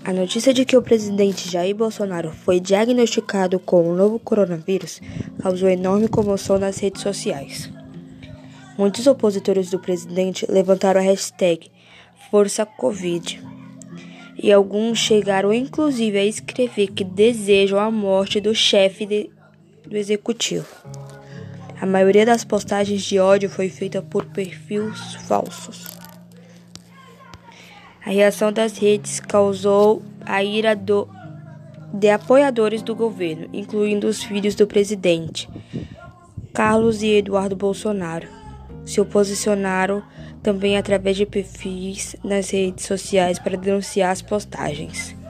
A notícia de que o presidente Jair Bolsonaro foi diagnosticado com o novo coronavírus causou enorme comoção nas redes sociais. Muitos opositores do presidente levantaram a hashtag #ForçaCovid e alguns chegaram inclusive a escrever que desejam a morte do chefe do executivo. A maioria das postagens de ódio foi feita por perfis falsos. A reação das redes causou a ira de apoiadores do governo, incluindo os filhos do presidente, Carlos e Eduardo Bolsonaro. Se posicionaram também através de perfis nas redes sociais para denunciar as postagens.